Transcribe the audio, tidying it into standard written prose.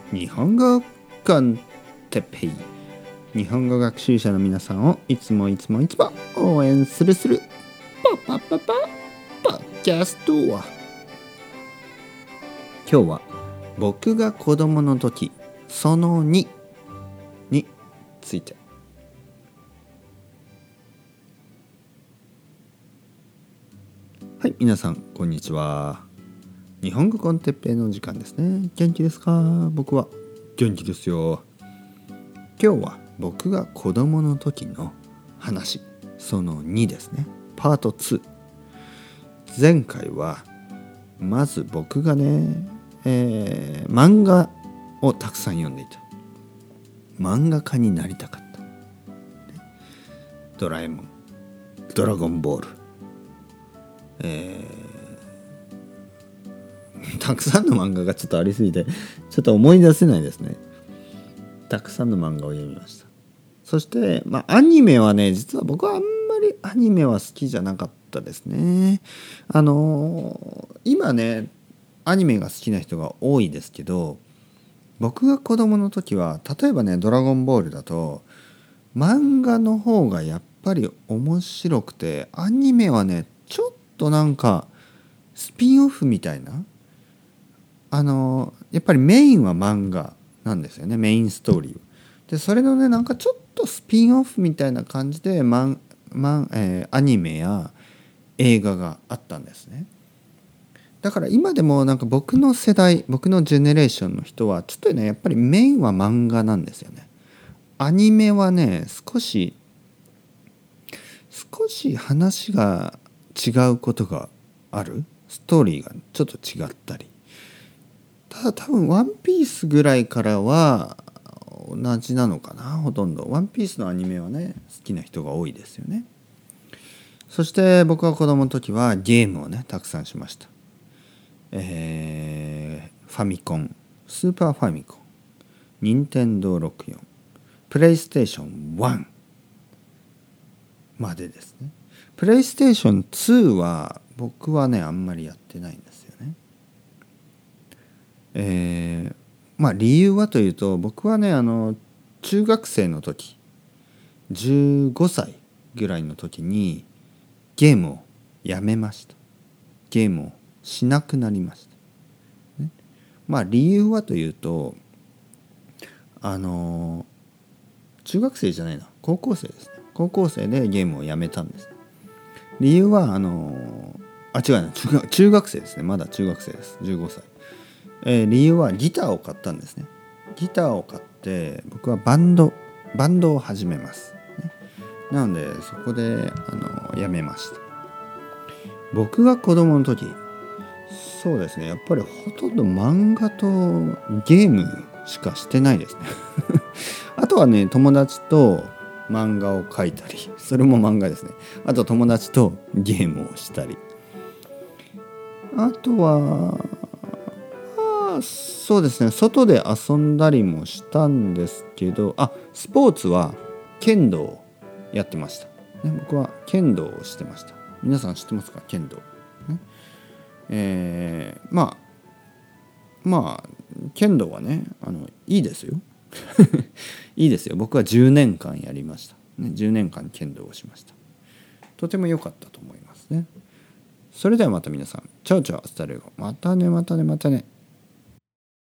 日本語コンテッペイ、日本語学習者の皆さんをいつも応援するポッキャスト。今日は僕が子供の時その2について。はい、皆さんこんにちは。日本語コンテッペイの時間ですね。元気ですか？僕は元気ですよ。今日は僕が子供の時の話その2ですね。パート2。前回はまず僕がね、漫画をたくさん読んでいた。漫画家になりたかった。ドラえもん、ドラゴンボール、たくさんの漫画がちょっとありすぎてちょっと思い出せないですね。たくさんの漫画を読みました。そして、アニメはね、実は僕はあんまりアニメは好きじゃなかったですね。今ねアニメが好きな人が多いですけど、僕が子供の時は例えばねドラゴンボールだと漫画の方がやっぱり面白くて、アニメはねちょっとなんかスピンオフみたいな、やっぱりメインは漫画なんですよね、メインストーリーで。それのねなんかちょっとスピンオフみたいな感じでアニメや映画があったんですね。だから今でもなんか僕の世代、僕のジェネレーションの人はちょっとねやっぱりメインは漫画なんですよね。アニメはね少し話が違うことがある、ストーリーがちょっと違ったり。ただ多分ワンピースぐらいからは同じなのかな。ほとんどワンピースのアニメはね好きな人が多いですよね。そして僕が子供の時はゲームをねたくさんしました。ファミコン、スーパーファミコン、任天堂64、プレイステーション1までですね。プレイステーション2は僕はねあんまりやってないんですよね。理由はというと、僕はね中学生の時15歳ぐらいの時にゲームをやめました。ゲームをしなくなりました、ね。理由はというと中学生じゃないな、高校生ですね。高校生でゲームをやめたんです。理由は違うな、中学生ですね。まだ中学生です。15歳。理由はギターを買ったんですね。ギターを買って僕はバンドを始めます、ね。なのでそこでやめました。僕が子供の時、そうですね、やっぱりほとんど漫画とゲームしかしてないですねあとはね友達と漫画を描いたり、それも漫画ですね。あと友達とゲームをしたり、あとはそうですね、外で遊んだりもしたんですけど、スポーツは剣道をやってました、ね。僕は剣道をしてました。皆さん知ってますか？剣道、ね。剣道はねいいですよいいですよ。僕は10年間やりました、ね。10年間剣道をしました。とても良かったと思いますね。それではまた皆さん、チャオチャオ、スタレゴ、またね。